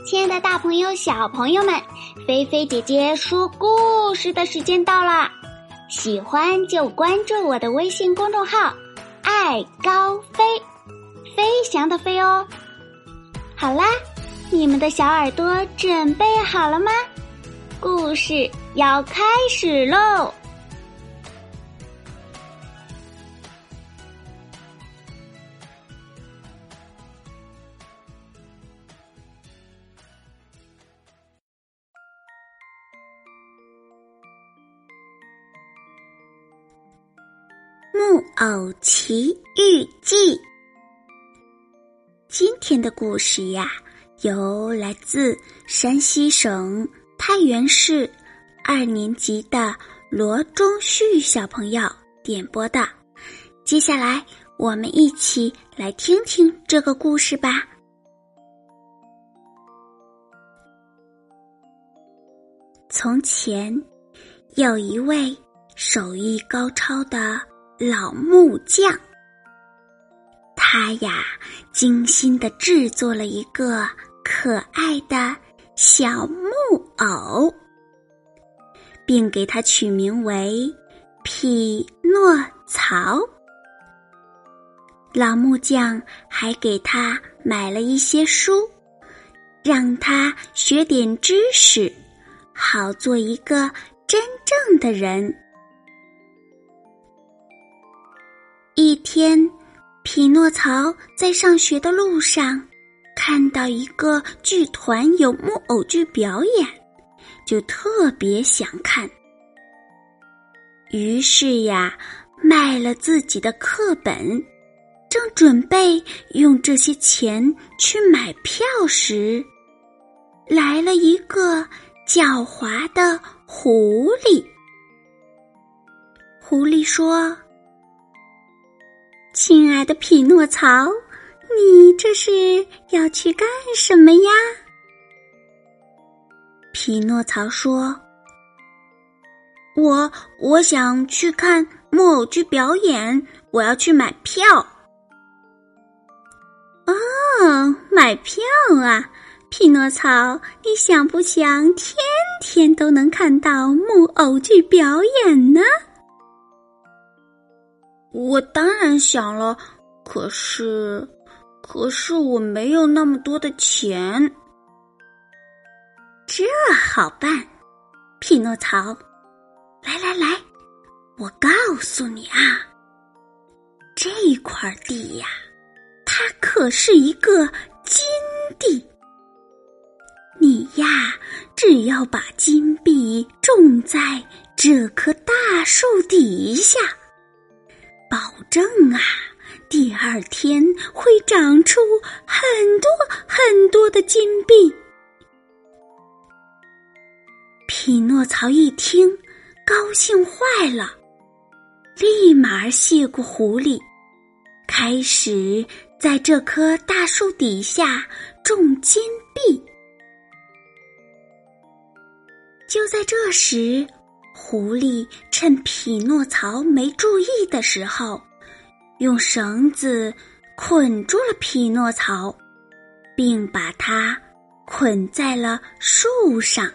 亲爱的大朋友小朋友们，菲菲姐姐说故事的时间到了，喜欢就关注我的微信公众号爱高飞，飞翔的飞哦。好啦，你们的小耳朵准备好了吗？故事要开始喽。木偶奇遇记。今天的故事呀，由来自山西省太原市2年级的罗中旭小朋友点播的。接下来我们一起来听听这个故事吧。从前有一位手艺高超的老木匠，他呀精心地制作了一个可爱的小木偶，并给它取名为匹诺曹。老木匠还给他买了一些书，让他学点知识，好做一个真正的人。一天，匹诺曹在上学的路上看到一个剧团有木偶剧表演，就特别想看。于是呀，卖了自己的课本，正准备用这些钱去买票时，来了一个狡猾的狐狸。狐狸说：亲爱的匹诺曹，你这是要去干什么呀？匹诺曹说：我想去看木偶剧表演，我要去买票。哦，买票啊，匹诺曹，你想不想天天都能看到木偶剧表演呢？我当然想了，可是我没有那么多的钱。这好办，匹诺曹，来，我告诉你啊，这块地呀，它可是一个金地。你呀，只要把金币种在这棵大树底下，保证啊，第二天会长出很多很多的金币。匹诺曹一听，高兴坏了，立马谢过狐狸，开始在这棵大树底下种金币。就在这时，狐狸趁匹诺曹没注意的时候，用绳子捆住了匹诺曹，并把它捆在了树上。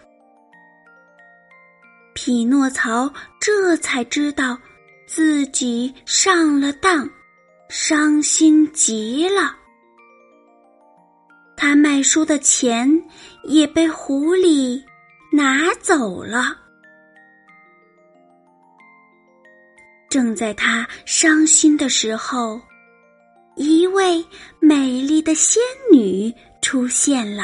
匹诺曹这才知道自己上了当，伤心极了。他卖书的钱也被狐狸拿走了。正在他伤心的时候，一位美丽的仙女出现了。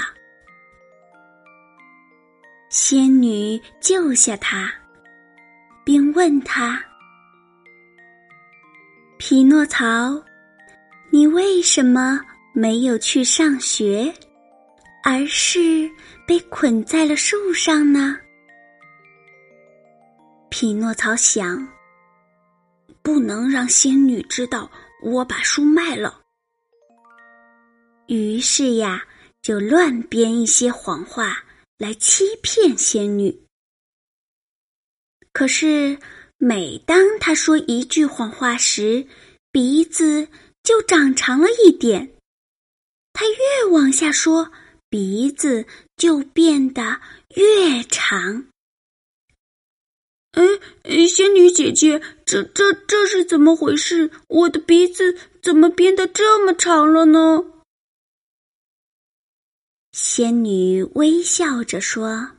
仙女救下他，并问他：匹诺曹，你为什么没有去上学，而是被捆在了树上呢？匹诺曹想，不能让仙女知道我把书卖了。于是呀，就乱编一些谎话来欺骗仙女。可是每当他说一句谎话时，鼻子就长长了一点。他越往下说， 鼻子就变得越长。 仙女姐姐，这是怎么回事？我的鼻子怎么变得这么长了呢？ 仙女微笑着说：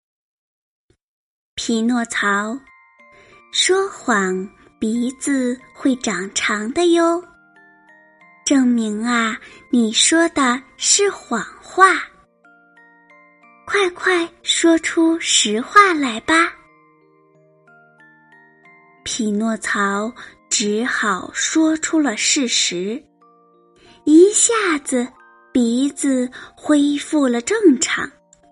匹诺曹，说谎鼻子会长长的哟，证明啊，你说的是谎话。快说出实话来吧。匹诺曹只好说出了事实，一下子鼻子恢复了正常。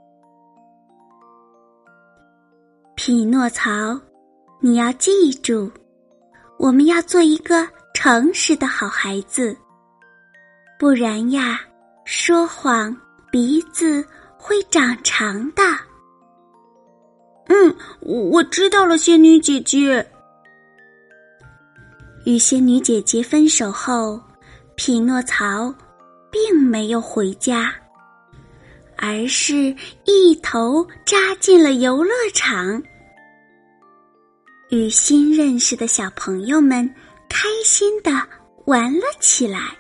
匹诺曹，你要记住，我们要做一个诚实的好孩子，不然呀，说谎鼻子会长长的。 我知道了，仙女姐姐。 与仙女姐姐分手后，匹诺曹并没有回家，而是一头扎进了游乐场，与新认识的小朋友们开心地玩了起来。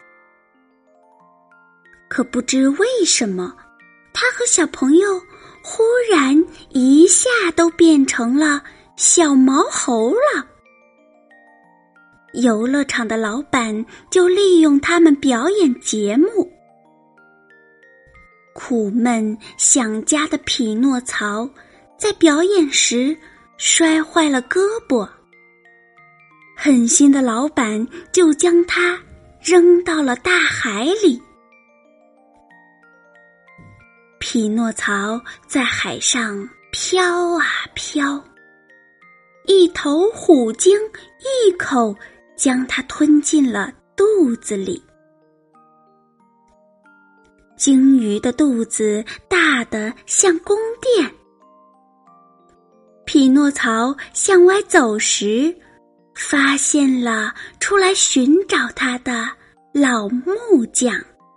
可不知为什么，他和小朋友忽然一下都变成了小毛猴了。游乐场的老板就利用他们表演节目。苦闷想家的匹诺曹在表演时摔坏了胳膊，狠心的老板就将他扔到了大海里。匹诺曹在海上飘啊飘，一头虎鲸一口将它吞进了肚子里。鲸鱼的肚子大得像宫殿。匹诺曹向外走时，发现了出来寻找他的老木匠。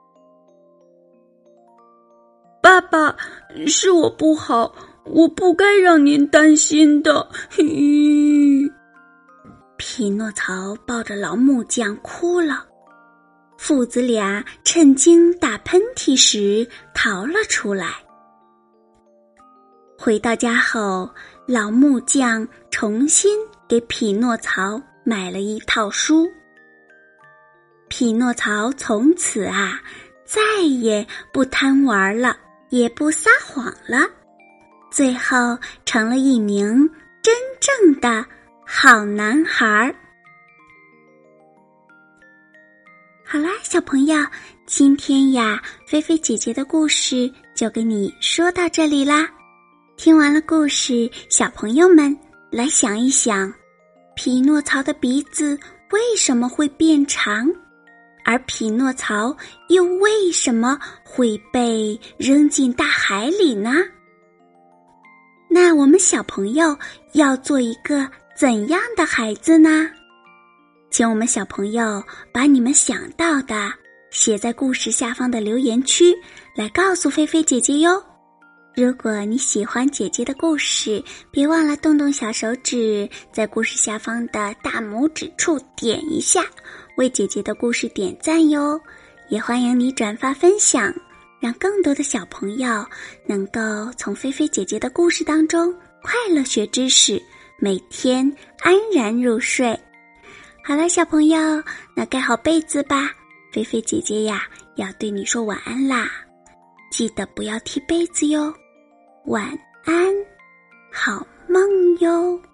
爸爸，是我不好，我不该让您担心的。 匹诺曹抱着老木匠哭了，父子俩趁鲸打喷嚏时逃了出来。回到家后，老木匠重新给匹诺曹买了一套书。匹诺曹从此啊，再也不贪玩了，也不撒谎了，最后成了一名真正的好男孩。好啦，小朋友，今天呀，菲菲姐姐的故事就给你说到这里啦。听完了故事，小朋友们来想一想，匹诺曹的鼻子为什么会变长？而匹诺曹又为什么会被扔进大海里呢？那我们小朋友要做一个怎样的孩子呢？请我们小朋友把你们想到的写在故事下方的留言区，来告诉菲菲姐姐哟。如果你喜欢姐姐的故事，别忘了动动小手指，在故事下方的大拇指处点一下，为姐姐的故事点赞哟。也欢迎你转发分享，让更多的小朋友能够从菲菲姐姐的故事当中快乐学知识，每天安然入睡。好了，小朋友，那盖好被子吧，菲菲姐姐呀，要对你说晚安啦，记得不要踢被子哟。晚安，好梦哟。